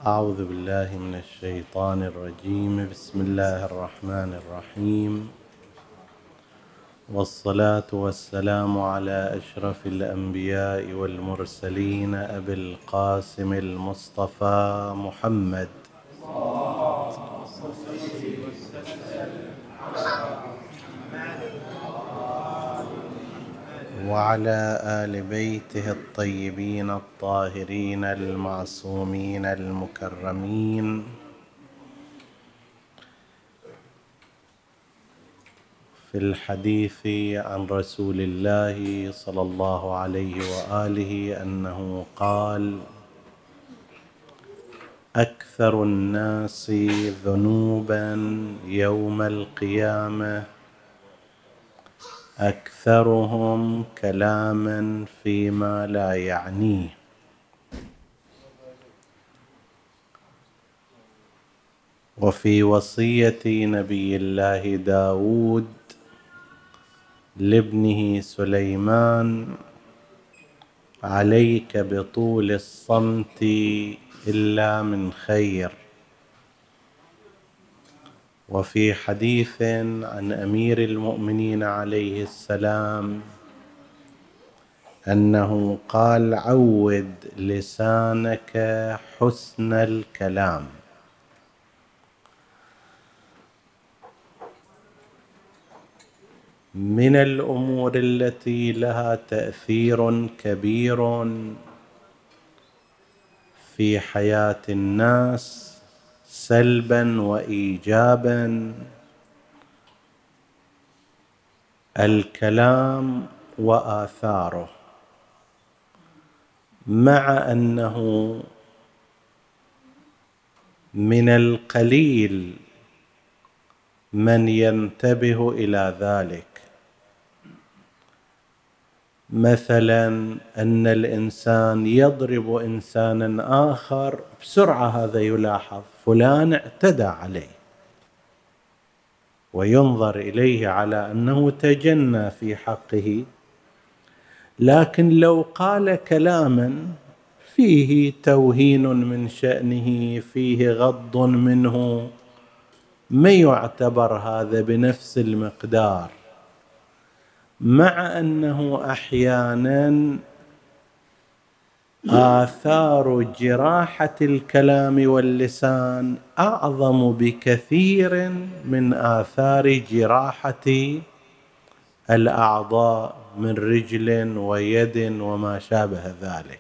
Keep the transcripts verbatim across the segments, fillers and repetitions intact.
أعوذ بالله من الشيطان الرجيم. بسم الله الرحمن الرحيم، والصلاة والسلام على أشرف الأنبياء والمرسلين أبي القاسم المصطفى محمد وعلى آل بيته الطيبين الطاهرين المعصومين المكرمين. في الحديث عن رسول الله صلى الله عليه وآله أنه قال: أكثر الناس ذنوبا يوم القيامة أكثرهم كلاما فيما لا يعنيه. وفي وصية نبي الله داود لابنه سليمان: عليك بطول الصمت إلا من خير. وفي حديث عن أمير المؤمنين عليه السلام أنه قال: عود لسانك حسن الكلام. من الأمور التي لها تأثير كبير في حياة الناس سلبا وإيجابا الكلام وآثاره، مع أنه من القليل من ينتبه إلى ذلك. مثلا أن الإنسان يضرب إنسانا آخر بسرعة، هذا يلاحظ، فلان اعتدى عليه وينظر إليه على أنه تجنى في حقه. لكن لو قال كلاما فيه توهين من شأنه، فيه غض منه، ما يعتبر هذا بنفس المقدار، مع أنه أحيانا آثار جراحة الكلام واللسان أعظم بكثير من آثار جراحة الأعضاء من رجل ويد وما شابه ذلك.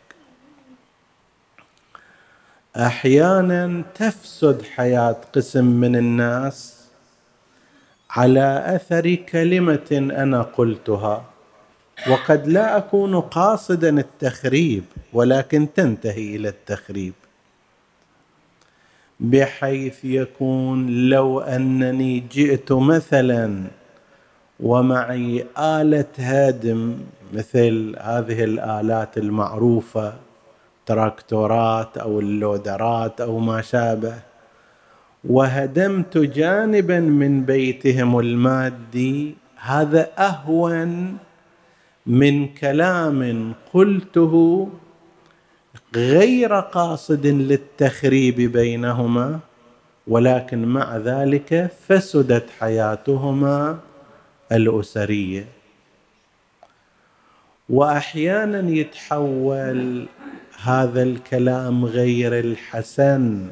أحيانا تفسد حياة قسم من الناس على أثر كلمة أنا قلتها، وقد لا أكون قاصدا التخريب، ولكن تنتهي إلى التخريب، بحيث يكون لو أنني جئت مثلا ومعي آلة هدم مثل هذه الآلات المعروفة، تراكتورات أو اللودرات أو ما شابه، وهدمت جانبا من بيتهم المادي، هذا أهون من كلام قلته غير قاصد للتخريب بينهما، ولكن مع ذلك فسدت حياتهما الأسرية. وأحيانا يتحول هذا الكلام غير الحسن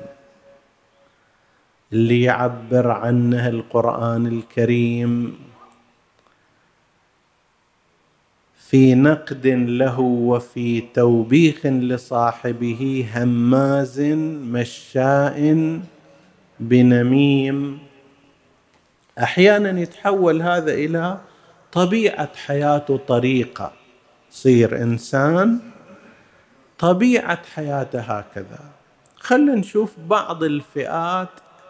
اللي يعبر عنه القرآن الكريم في نقد له وفي توبيخ لصاحبه: هماز مشاء بنميم. أحيانا يتحول هذا إلى طبيعة حياته، طريقة، صير إنسان طبيعة حياته هكذا. خلنا نشوف بعض الفئات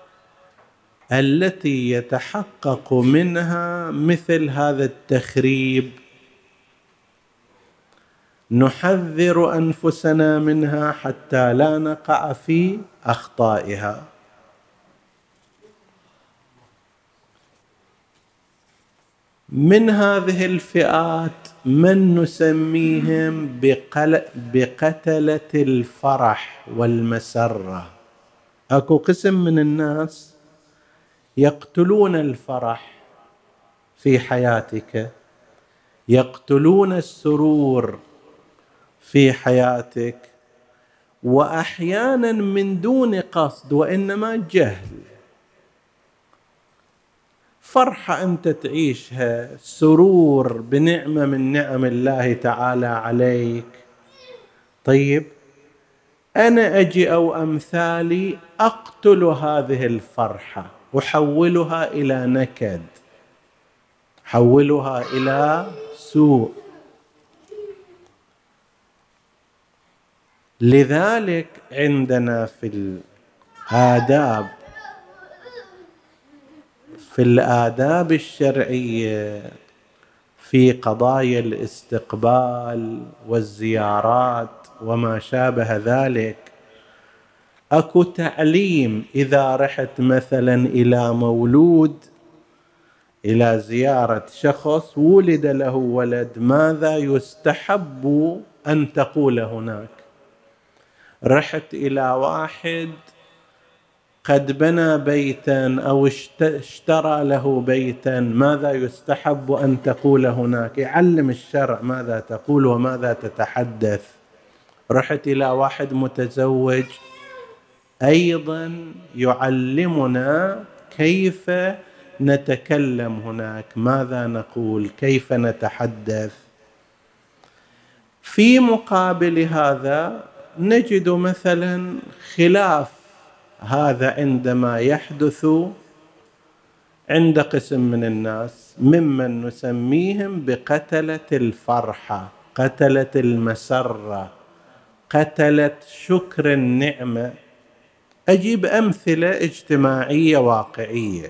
التي يتحقق منها مثل هذا التخريب، نحذر أنفسنا منها حتى لا نقع في أخطائها. من هذه الفئات من نسميهم بقتلة الفرح والمسرة. أكو قسم من الناس يقتلون الفرح في حياتك، يقتلون السرور في حياتك، وأحيانا من دون قصد وإنما جهل. فرحة أنت تعيشها، سرور بنعمة من نعم الله تعالى عليك، طيب أنا أجي أو أمثالي أقتل هذه الفرحة وحولها إلى نكد، حولها إلى سوء. لذلك عندنا في الآداب في الآداب الشرعية في قضايا الاستقبال والزيارات وما شابه ذلك، أكو تعليم. إذا رحت مثلا إلى مولود، إلى زيارة شخص ولد له ولد، ماذا يستحب أن تقول هناك؟ رحت إلى واحد قد بنى بيتا أو اشترى له بيتا، ماذا يستحب أن تقول هناك؟ يعلم الشرع ماذا تقول وماذا تتحدث. رحت إلى واحد متزوج، أيضا يعلمنا كيف نتكلم هناك، ماذا نقول، كيف نتحدث. في مقابل هذا نجد مثلا خلاف هذا عندما يحدث عند قسم من الناس ممن نسميهم بقتلة الفرحة، قتلة المسرة، قتلة شكر النعمة. أجيب أمثلة اجتماعية واقعية.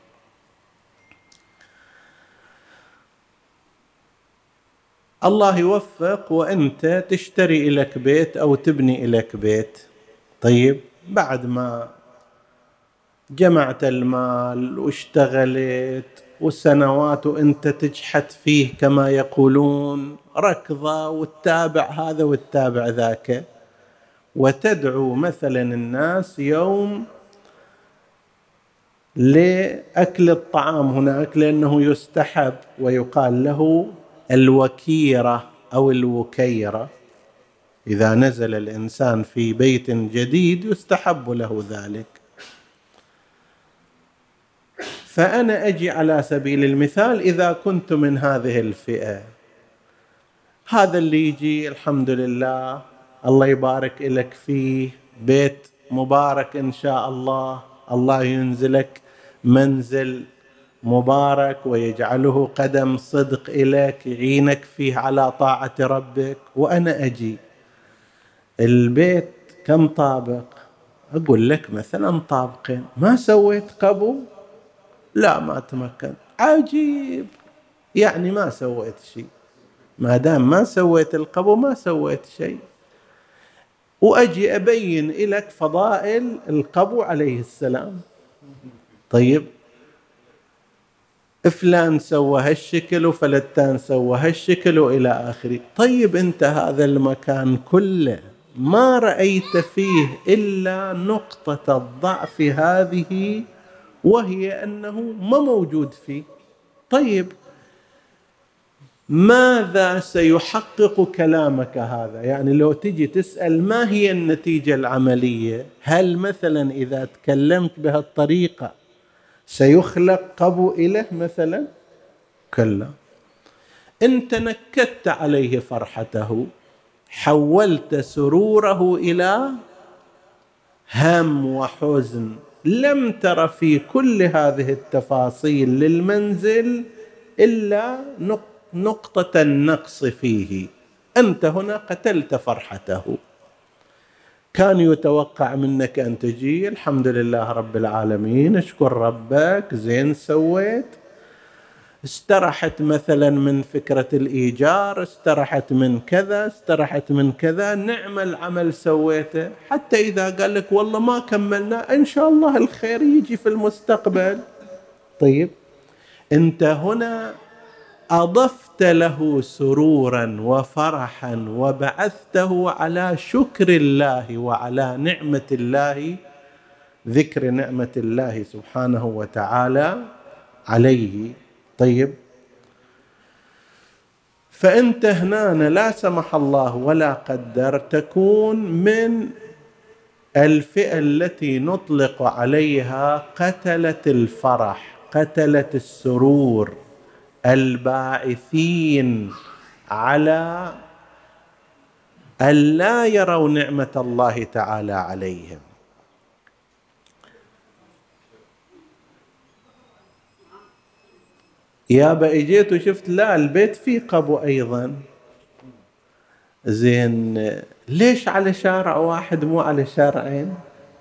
الله يوفق وأنت تشتري لك بيت أو تبني لك بيت، طيب بعد ما جمعت المال واشتغلت والسنوات وأنت تجحت فيه كما يقولون، ركضة وتتابع هذا وتتابع ذاك، وتدعو مثلا الناس يوم لأكل الطعام هناك، لأنه يستحب ويقال له الوكيرة أو الوكيرة. إذا نزل الإنسان في بيت جديد يستحب له ذلك. فأنا أجي على سبيل المثال، إذا كنت من هذه الفئة، هذا اللي يجي الحمد لله الله يبارك لك فيه، بيت مبارك إن شاء الله، الله ينزلك منزل مبارك ويجعله قدم صدق إليك، يعينك فيه على طاعة ربك. وأنا أجي البيت كم طابق؟ أقول لك مثلا طابقين. ما سويت قبو؟ لا ما تمكن. عجيب، يعني ما سويت شيء. ما دام ما سويت القبو ما سويت شيء. وأجي أبين لك فضائل القبو عليه السلام. طيب فلان سوى هالشكل وفلتان سوى هالشكل وإلى آخره. طيب أنت هذا المكان كله ما رأيت فيه إلا نقطة الضعف هذه، وهي أنه ما موجود فيه. طيب ماذا سيحقق كلامك هذا؟ يعني لو تجي تسأل ما هي النتيجة العملية، هل مثلا إذا تكلمت بهالطريقة سيخلق قبو إله مثلا؟ كلا. أنت نكدت عليه فرحته، حولت سروره إلى هم وحزن. لم تر في كل هذه التفاصيل للمنزل إلا نقطة النقص فيه. أنت هنا قتلت فرحته. كان يتوقع منك أن تجي الحمد لله رب العالمين، اشكر ربك، زين سويت، استرحت مثلا من فكرة الإيجار، استرحت من كذا، استرحت من كذا، نعم العمل سويته. حتى إذا قال لك والله ما كملنا، إن شاء الله الخير يجي في المستقبل. طيب أنت هنا أضفت له سرورا وفرحا وبعثته على شكر الله وعلى نعمة الله ذكر نعمة الله سبحانه وتعالى عليه. طيب، فأنت هنا لا سمح الله ولا قدر تكون من الفئة التي نطلق عليها قتلة الفرح، قتلة السرور، الباعثين على أن لا يروا نعمة الله تعالى عليهم. يابا اجيت وشفت لا البيت فيه قبو ايضا، زين ليش على شارع واحد مو على شارعين؟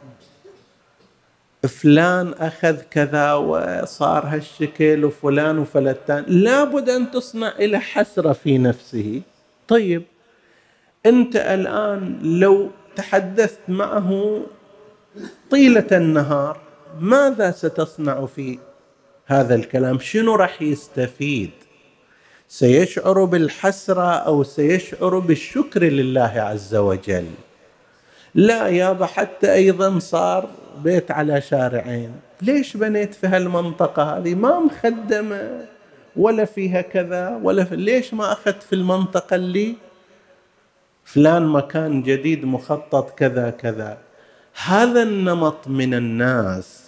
فلان اخذ كذا وصار هالشكل وفلان وفلتان، لابد ان تصنع الى حسرة في نفسه. طيب انت الان لو تحدثت معه طيلة النهار ماذا ستصنع في هذا الكلام؟ شنو راح يستفيد؟ سيشعر بالحسرة أو سيشعر بالشكر لله عز وجل؟ لا يابا، حتى أيضا صار بيت على شارعين، ليش بنيت في هالمنطقة هذه ما مخدمة ولا فيها كذا ولا في... ليش ما أخذت في المنطقة اللي فلان مكان جديد مخطط كذا كذا؟ هذا النمط من الناس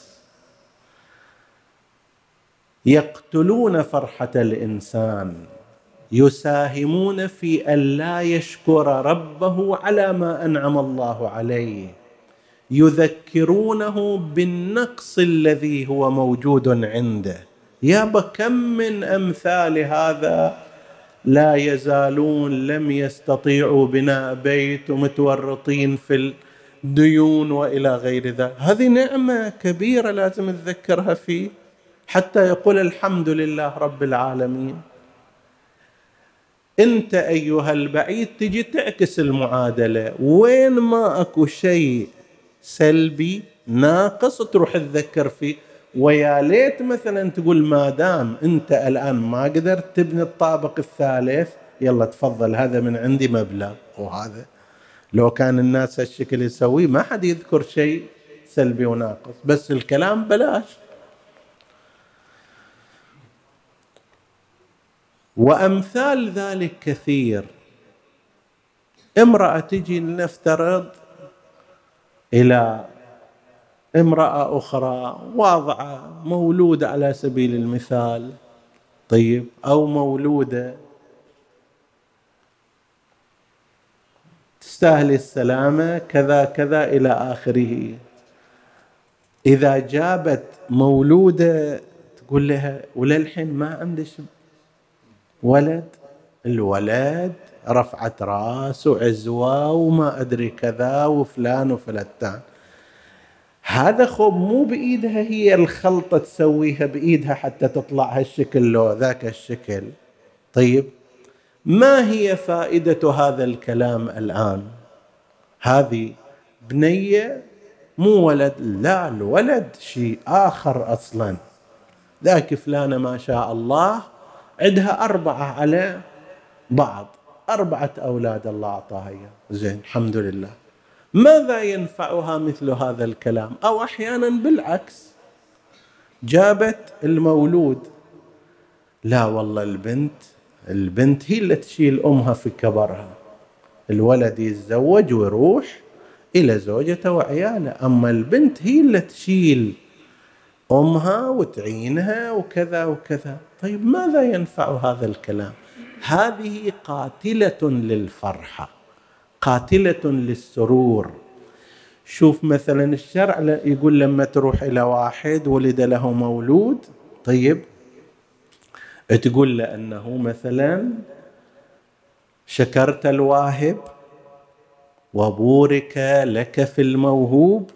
يقتلون فرحة الإنسان، يساهمون في أن لا يشكر ربه على ما أنعم الله عليه، يذكرونه بالنقص الذي هو موجود عنده. يابا كم من أمثال هذا لا يزالون لم يستطيعوا بناء بيت ومتورطين في الديون وإلى غير ذلك. هذه نعمة كبيرة لازم نذكرها فيه حتى يقول الحمد لله رب العالمين. أنت أيها البعيد تجي تعكس المعادلة، وين ما أكو شيء سلبي ناقص تروح تذكر فيه. ويا ليت مثلا تقول ما دام أنت الآن ما قدرت تبني الطابق الثالث، يلا تفضل هذا من عندي مبلغ. وهذا لو كان الناس هالشكل يسوي ما حد يذكر شيء سلبي وناقص، بس الكلام بلاش. وأمثال ذلك كثير. امرأة تجي لنفترض إلى امرأة أخرى واضعة مولودة على سبيل المثال، طيب، أو مولودة تستاهل السلامة كذا كذا إلى آخره. إذا جابت مولودة تقول لها وللحين ما عندش ولد، الولد رفعت راس وعزوة وما أدري كذا وفلان وفلتان. هذا خب مو بإيدها هي الخلطة تسويها بإيدها حتى تطلع هالشكل لو ذاك الشكل. طيب ما هي فائدة هذا الكلام الآن؟ هذه بنية مو ولد، لا الولد شيء آخر أصلا. ذاك فلانة ما شاء الله عندها أربعة على بعض، أربعة أولاد الله أعطاها إياه، زين الحمد لله. ماذا ينفعها مثل هذا الكلام؟ أو أحيانا بالعكس، جابت المولود، لا والله البنت البنت هي اللي تشيل أمها في كبرها، الولد يتزوج ويروح إلى زوجته وعياله، أما البنت هي اللي تشيل أمها وتعينها وكذا وكذا. طيب ماذا ينفع هذا الكلام؟ هذه قاتلة للفرحة، قاتلة للسرور. شوف مثلا الشرع يقول لما تروح إلى واحد ولد له مولود، طيب تقول له أنه مثلا شكرت الواهب وبورك لك في الموهوب.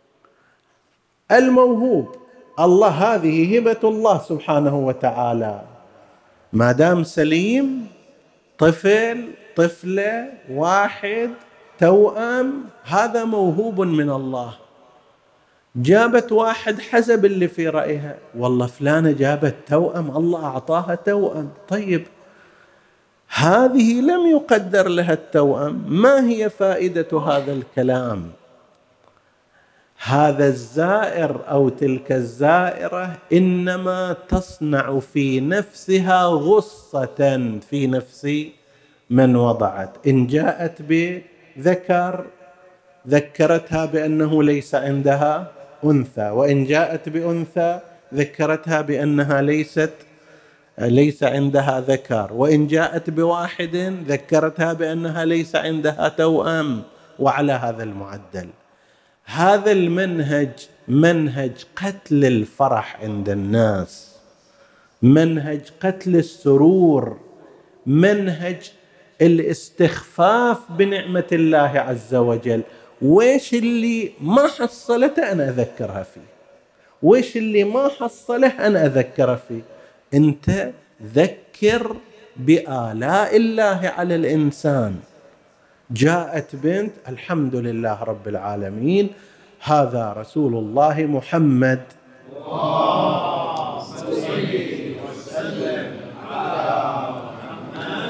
الموهوب الله، هذه هبة الله سبحانه وتعالى، ما دام سليم، طفل طفلة واحد توأم، هذا موهوب من الله. جابت واحد حسب اللي في رأيها، والله فلانة جابت توأم، الله أعطاها توأم. طيب هذه لم يقدر لها التوأم، ما هي فائدة هذا الكلام؟ هذا الزائر أو تلك الزائرة إنما تصنع في نفسها غصة في نفس من وضعت. إن جاءت بذكر ذكرتها بأنه ليس عندها أنثى، وإن جاءت بأنثى ذكرتها بأنها ليست ليس عندها ذكر، وإن جاءت بواحد ذكرتها بأنها ليس عندها توأم، وعلى هذا المعدل. هذا المنهج منهج قتل الفرح عند الناس، منهج قتل السرور، منهج الاستخفاف بنعمة الله عز وجل. ويش اللي ما حصلته أنا أذكرها فيه، ويش اللي ما حصله أنا أذكره فيه. أنت ذكر بآلاء الله على الإنسان. جاءت بنت، الحمد لله رب العالمين، هذا رسول الله محمد، اللهم صل وسلم على محمد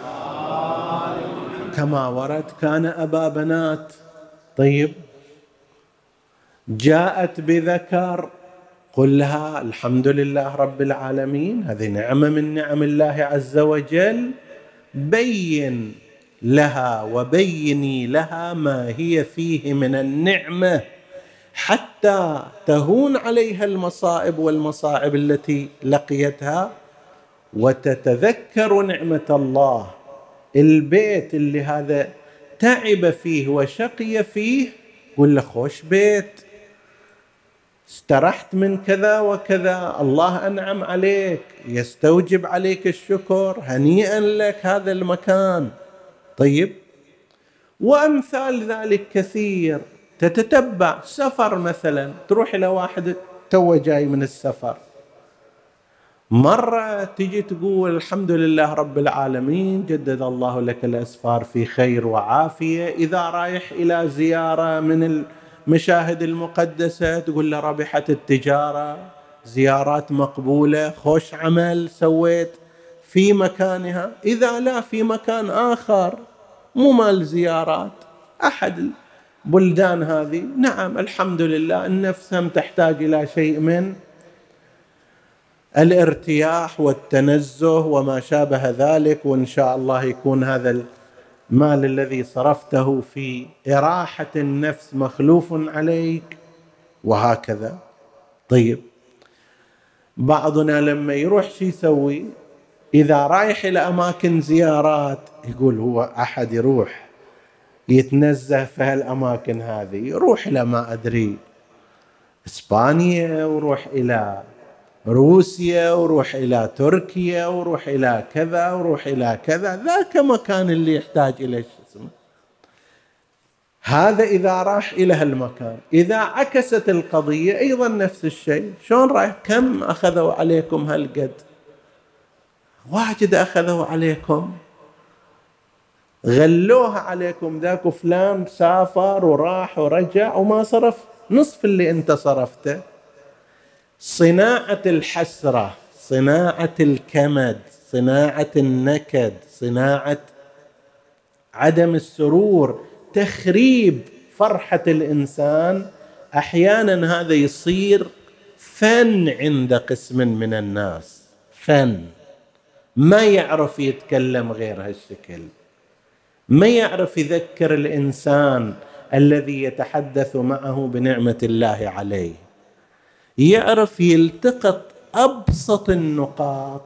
كما ورد كان أبا بنات. طيب، جاءت بذكر، قل لها الحمد لله رب العالمين، هذه نعمة من نعم الله عز وجل. بين لها وبيني لها ما هي فيه من النعمة حتى تهون عليها المصائب والمصاعب التي لقيتها وتتذكر نعمة الله. البيت اللي هذا تعب فيه وشقي فيه، قل له خوش بيت، استرحت من كذا وكذا، الله أنعم عليك، يستوجب عليك الشكر، هنيئا لك هذا المكان. طيب، وأمثال ذلك كثير. تتتبع سفر مثلا، تروح إلى واحد تو جاي من السفر، مرة تجي تقول الحمد لله رب العالمين جدد الله لك الأسفار في خير وعافية. إذا رايح إلى زيارة من المشاهد المقدسة تقول له ربحت التجارة، زيارات مقبولة، خوش عمل سويت في مكانها. إذا لا في مكان آخر مو مال زيارات، أحد البلدان هذه، نعم الحمد لله النفس هم تحتاج إلى شيء من الارتياح والتنزه وما شابه ذلك، وإن شاء الله يكون هذا المال الذي صرفته في إراحة النفس مخلوف عليك، وهكذا. طيب، بعضنا لما يروح شي يسوي؟ إذا رايح إلى أماكن زيارات يقول هو أحد يروح يتنزه في هالأماكن هذه، يروح إلى ما أدري إسبانيا، وروح إلى روسيا، وروح إلى تركيا، وروح إلى كذا، وروح إلى كذا. ذاك مكان اللي يحتاج إلى اسمه هذا إذا راح إلى هالمكان. إذا عكست القضية أيضا نفس الشيء، شلون رايح؟ كم أخذوا عليكم هالقد؟ واجد أخذوا عليكم، غلوها عليكم، ذاك فلان سافر وراح ورجع وما صرف نصف اللي أنت صرفته. صناعة الحسرة، صناعة الكمد، صناعة النكد، صناعة عدم السرور، تخريب فرحة الإنسان. أحيانا هذا يصير فن عند قسم من الناس، فن، ما يعرف يتكلم غير هالشكل، ما يعرف يذكر الإنسان الذي يتحدث معه بنعمة الله عليه، يعرف يلتقط أبسط النقاط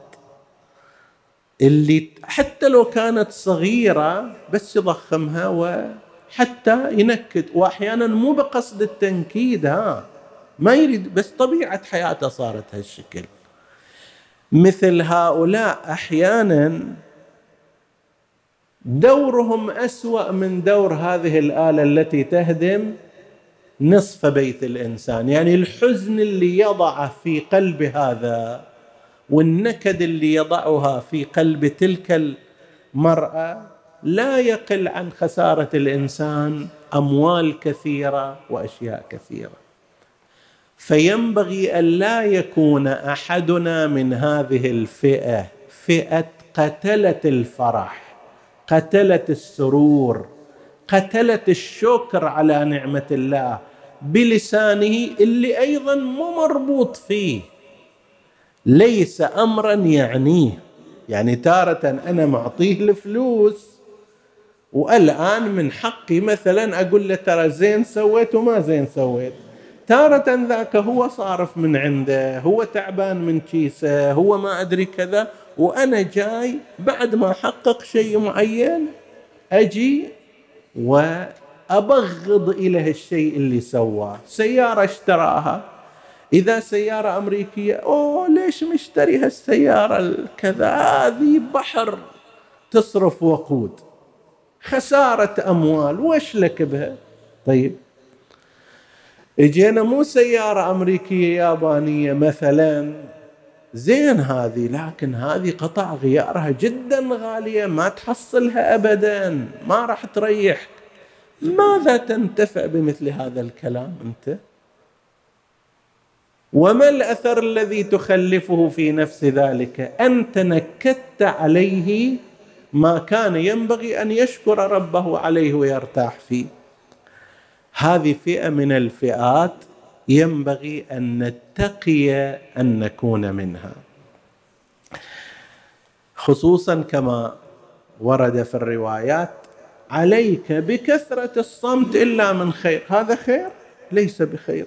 اللي حتى لو كانت صغيرة بس يضخمها وحتى ينكد، وأحيانا مو بقصد التنكيد، ها ما يريد، بس طبيعة حياته صارت هالشكل. مثل هؤلاء أحيانا دورهم أسوأ من دور هذه الآلة التي تهدم نصف بيت الإنسان. يعني الحزن اللي يضعه في قلب هذا والنكد اللي يضعها في قلب تلك المرأة لا يقل عن خسارة الإنسان أموال كثيرة وأشياء كثيرة. فينبغي أن لا يكون أحدنا من هذه الفئة، فئة قتلة الفرح، قتلة السرور، قتلة الشكر على نعمة الله، بلسانه اللي أيضا مو مربوط فيه، ليس أمرا يعنيه. يعني تارة أنا معطيه الفلوس والآن من حقي مثلا أقول له ترى زين سويت وما زين سويت. تارة ذاك هو صارف من عنده، هو تعبان من كيسه، هو ما أدري كذا، وأنا جاي بعد ما حقق شيء معين أجي وأبغض إليه الشيء اللي سواه. سيارة اشتراها، إذا سيارة أمريكية، أوه ليش مشتري هالسيارة الكذا، هذه بحر تصرف وقود، خسارة أموال، وش لك بها؟ طيب اجينا مو سيارة أمريكية يابانية مثلا، زين هذه، لكن هذه قطع غيارها جدا غالية، ما تحصلها أبدا، ما راح تريحك. ماذا تنتفع بمثل هذا الكلام أنت؟ وما الأثر الذي تخلفه في نفس ذلك؟ أنت نكدت عليه ما كان ينبغي أن يشكر ربه عليه ويرتاح فيه. هذه فئة من الفئات ينبغي أن نتقي أن نكون منها، خصوصا كما ورد في الروايات: عليك بكثرة الصمت إلا من خير. هذا خير؟ ليس بخير.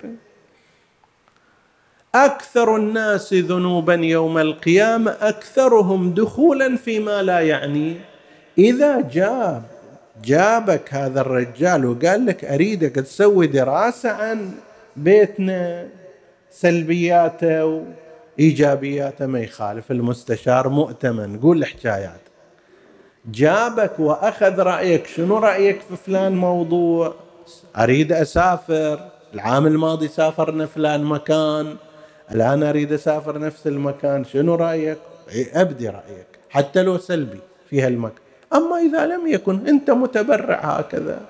أكثر الناس ذنوبا يوم القيامة أكثرهم دخولا فيما لا يعني. إذا جاب جابك هذا الرجال وقال لك أريدك تسوي دراسة عن بيتنا، سلبياته وإيجابياته، ما يخالف، المستشار مؤتمن، قول الحكايات. جابك وأخذ رأيك، شنو رأيك في فلان موضوع؟ أريد أسافر، العام الماضي سافرنا فلان مكان، الآن أريد أسافر نفس المكان، شنو رأيك؟ أبدي رأيك حتى لو سلبي في هالمكان. أما إذا لم يكن أنت متبرع هكذا.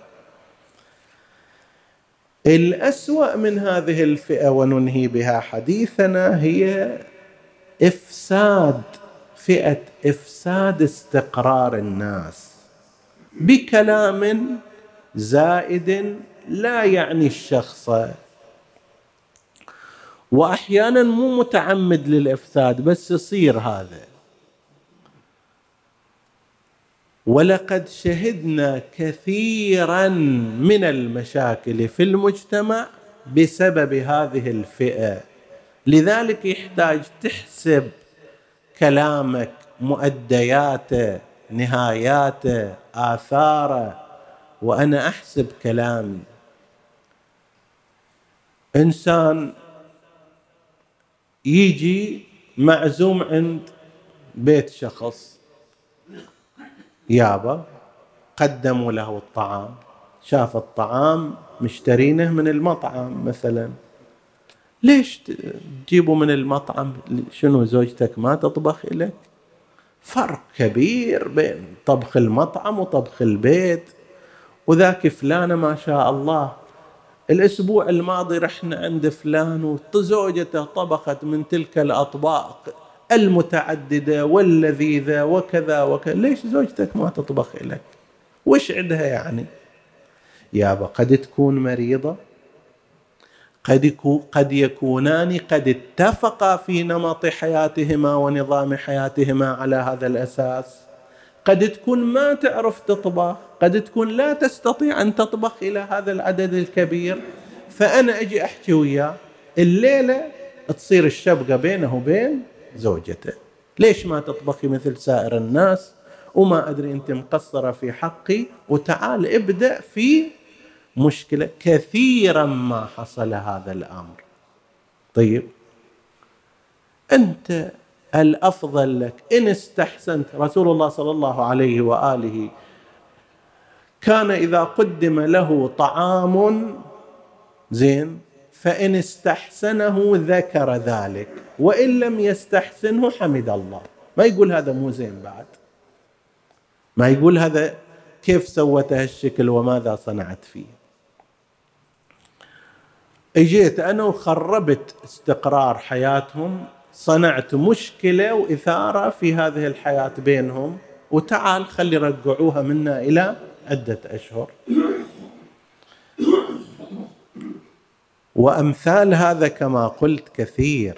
الأسوأ من هذه الفئة، وننهي بها حديثنا، هي إفساد فئة إفساد استقرار الناس بكلام زائد لا يعني الشخص، وأحيانا مو متعمد للإفساد بس يصير هذا. ولقد شهدنا كثيرا من المشاكل في المجتمع بسبب هذه الفئة. لذلك يحتاج تحسب كلامك، مؤدياته، نهاياته، آثاره، وأنا أحسب كلامي. إنسان يجي معزوم عند بيت شخص، يابا قدموا له الطعام، شاف الطعام مشترينه من المطعم مثلا، ليش تجيبوا من المطعم؟ شنو زوجتك ما تطبخ لك؟ فرق كبير بين طبخ المطعم وطبخ البيت. وذاك فلانة ما شاء الله الأسبوع الماضي رحنا عند فلان وزوجته طبخت من تلك الأطباق المتعددة واللذيذة وكذا وكذا، ليش زوجتك ما تطبخ لك؟ وش عندها يعني؟ يابا قد تكون مريضة، قد يكون قد يكونان قد اتفقا في نمط حياتهما ونظام حياتهما على هذا الأساس، قد تكون ما تعرف تطبخ، قد تكون لا تستطيع أن تطبخ إلى هذا العدد الكبير. فأنا أجي أحكي وياه الليلة تصير الشبكة بينه وبين زوجته، ليش ما تطبخي مثل سائر الناس؟ وما أدري أنت مقصرة في حقي، وتعال ابدأ في مشكلة. كثيرا ما حصل هذا الأمر. طيب أنت الأفضل لك إن استحسنت. رسول الله صلى الله عليه وآله كان إذا قدم له طعام زين فإن استحسنه ذكر ذلك، وإن لم يستحسنه حمد الله. ما يقول هذا مو زين بعد، ما يقول هذا كيف سوت هالشكل وماذا صنعت فيه. اجيت أنا وخربت استقرار حياتهم، صنعت مشكلة وإثارة في هذه الحياة بينهم، وتعال خلي رجعوها منا إلى عدة أشهر. وأمثال هذا كما قلت كثير.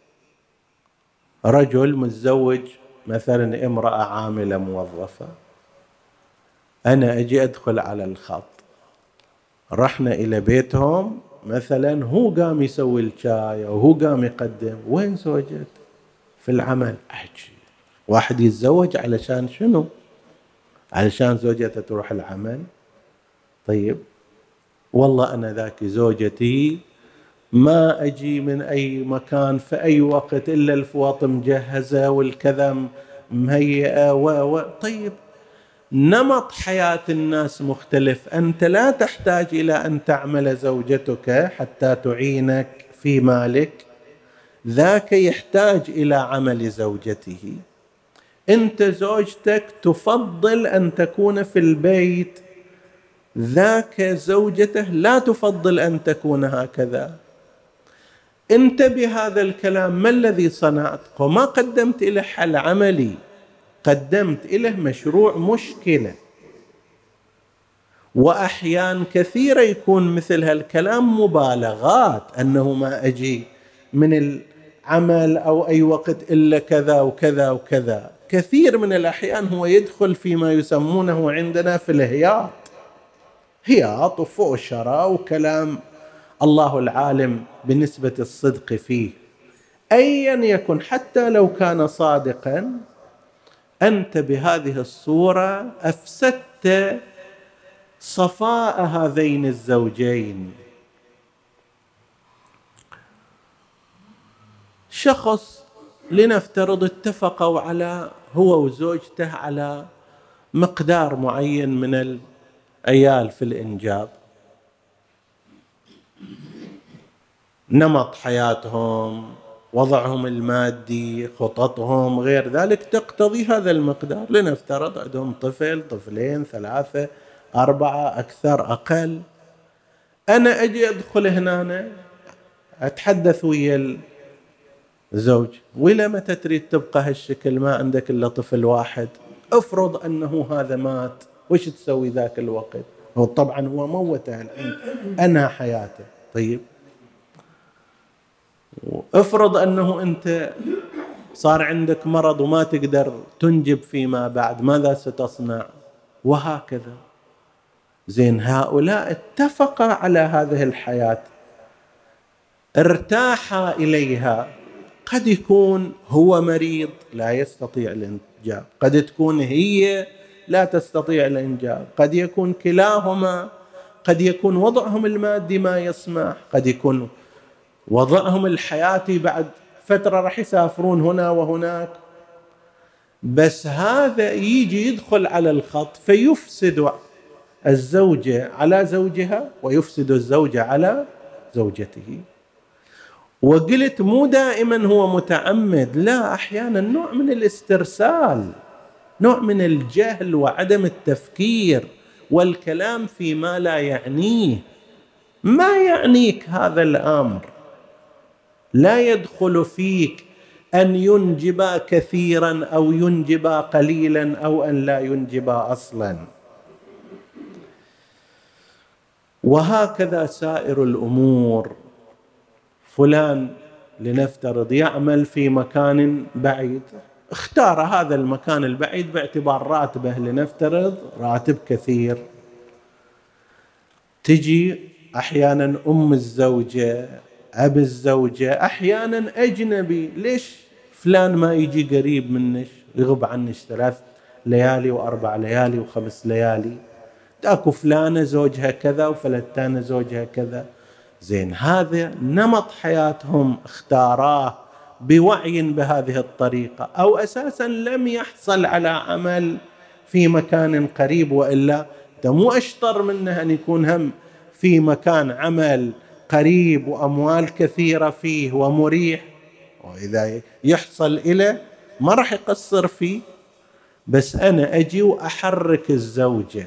رجل متزوج مثلا امرأة عاملة موظفة، أنا أجي أدخل على الخط، رحنا إلى بيتهم مثلا، هو قام يسوي الشاي وهو قام يقدم، وين زوجته؟ في العمل. أحكي واحد يتزوج علشان شنو؟ علشان زوجته تروح العمل؟ طيب والله أنا ذاك زوجتي ما أجي من أي مكان في أي وقت إلا الفواط مجهزة والكذا مهيئة و و طيب نمط حياة الناس مختلف. أنت لا تحتاج إلى أن تعمل زوجتك حتى تعينك في مالك، ذاك يحتاج إلى عمل زوجته. أنت زوجتك تفضل أن تكون في البيت، ذاك زوجته لا تفضل أن تكون هكذا. أنت بهذا الكلام ما الذي صنعت؟ وما قدمت إليه حل عملي، قدمت إليه مشروع مشكلة. وأحيان كثيرة يكون مثل هالكلام مبالغات، أنه ما أجي من العمل أو أي وقت إلا كذا وكذا وكذا. كثير من الأحيان هو يدخل فيما يسمونه عندنا في الهياط، هياط وفؤشرة وكلام الله العالم بنسبة الصدق فيه. أيا يكن حتى لو كان صادقا، أنت بهذه الصورة أفسدت صفاء هذين الزوجين. شخص لنفترض اتفقوا على هو وزوجته على مقدار معين من العيال في الإنجاب، نمط حياتهم، وضعهم المادي، خططهم، غير ذلك تقتضي هذا المقدار. لنفترض عندهم طفل، طفلين، ثلاثة، أربعة، أكثر أقل. أنا أجي أدخل هنا أتحدث ويا الزوج، ولا متى تريد تبقى هالشكل؟ ما عندك إلا طفل واحد، أفرض أنه هذا مات، وش تسوي ذاك الوقت؟ هو طبعا هو موته الحين، أنا حياته. طيب افرض أنه أنت صار عندك مرض وما تقدر تنجب فيما بعد، ماذا ستصنع؟ وهكذا. زين، هؤلاء اتفقا على هذه الحياة، ارتاحا إليها. قد يكون هو مريض لا يستطيع الإنجاب، قد تكون هي لا تستطيع الإنجاب، قد يكون كلاهما، قد يكون وضعهم المادي ما يسمح، قد يكون وضعهم الحياتي بعد فترة راح يسافرون هنا وهناك. بس هذا يجي يدخل على الخط فيفسد الزوجة على زوجها ويفسد الزوجة على زوجته. وقلت مو دائما هو متعمد، لا، أحيانا نوع من الاسترسال، نوع من الجهل وعدم التفكير والكلام فيما لا يعنيه. ما يعنيك هذا الأمر، لا يدخل فيك أن ينجبا كثيرا أو ينجبا قليلا أو أن لا ينجبا أصلا. وهكذا سائر الأمور. فلان لنفترض يعمل في مكان بعيد، اختار هذا المكان البعيد باعتبار راتبه لنفترض راتب كثير. تجي أحيانا أم الزوجة، أب الزوجة، أحيانا أجنبي، ليش فلان ما يجي قريب منش، يغب عنش ثلاث ليالي وأربع ليالي وخمس ليالي، تأكو فلانة زوجها كذا وفلتانة زوجها كذا. زين، هذا نمط حياتهم اختاراه بوعي بهذه الطريقة، أو أساسا لم يحصل على عمل في مكان قريب، وإلا مو أشطر منه أن يكون هم في مكان عمل قريب وأموال كثيرة فيه ومريح، وإذا يحصل إليه ما راح يقصر فيه. بس أنا أجي وأحرك الزوجة،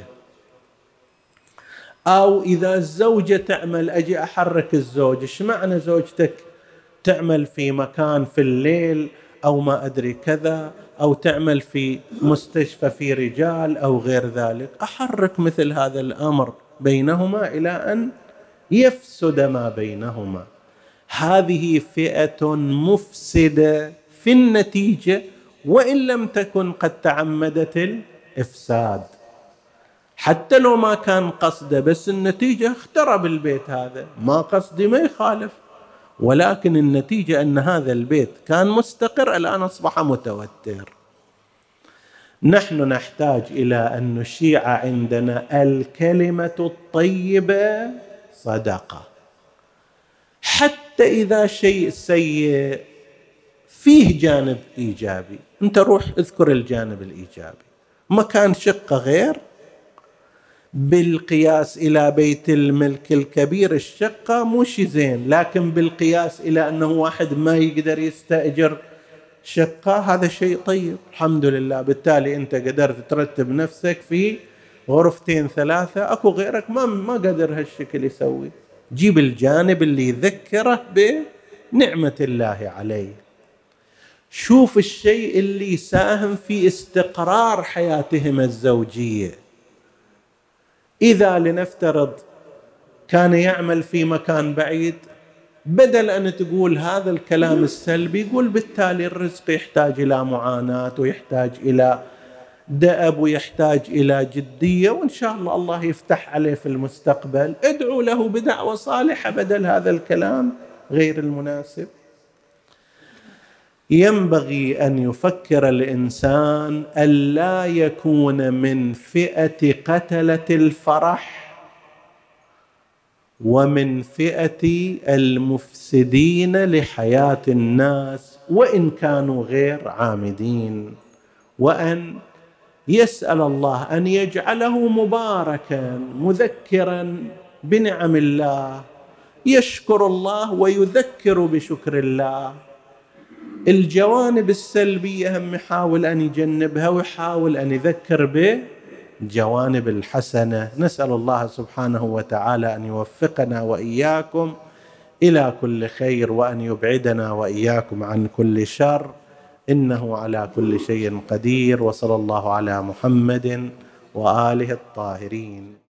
أو إذا الزوجة تعمل أجي أحرك الزوج. إيش معنى زوجتك تعمل في مكان في الليل أو ما أدري كذا، أو تعمل في مستشفى في رجال أو غير ذلك؟ أحرك مثل هذا الأمر بينهما إلى أن يفسد ما بينهما. هذه فئة مفسدة في النتيجة، وإن لم تكن قد تعمدت الإفساد، حتى لو ما كان قصده، بس النتيجة اخترب البيت هذا، ما قصدي ما يخالف، ولكن النتيجة أن هذا البيت كان مستقر الآن أصبح متوتر. نحن نحتاج إلى أن نشيع عندنا الكلمة الطيبة صدقة، حتى إذا شيء سيء فيه جانب إيجابي، أنت روح اذكر الجانب الإيجابي. مكان شقة غير، بالقياس إلى بيت الملك الكبير الشقة مو شي زين، لكن بالقياس إلى أنه واحد ما يقدر يستأجر شقة هذا شيء طيب، الحمد لله. بالتالي أنت قدرت ترتب نفسك في غرفتين ثلاثة، أكو غيرك ما ما قدر هالشكل يسوي. جيب الجانب اللي يذكره بنعمة الله عليه. شوف الشيء اللي يساهم في استقرار حياتهم الزوجية. إذا لنفترض كان يعمل في مكان بعيد، بدل أن تقول هذا الكلام السلبي، يقول بالتالي الرزق يحتاج إلى معاناة، ويحتاج إلى دأب، ويحتاج إلى جدية، وإن شاء الله الله يفتح عليه في المستقبل. ادعو له بدعوة صالحة بدل هذا الكلام غير المناسب. ينبغي أن يفكر الإنسان ألا يكون من فئة قتلة الفرح ومن فئة المفسدين لحياة الناس وإن كانوا غير عامدين، وأن يسأل الله أن يجعله مباركا مذكرا بنعم الله، يشكر الله ويذكر بشكر الله. الجوانب السلبية هم يحاول أن يجنبها، ويحاول أن يذكر بالجوانب الحسنة. نسأل الله سبحانه وتعالى أن يوفقنا وإياكم إلى كل خير، وأن يبعدنا وإياكم عن كل شر، إنه على كل شيء قدير. وصلى الله على محمد وآله الطاهرين.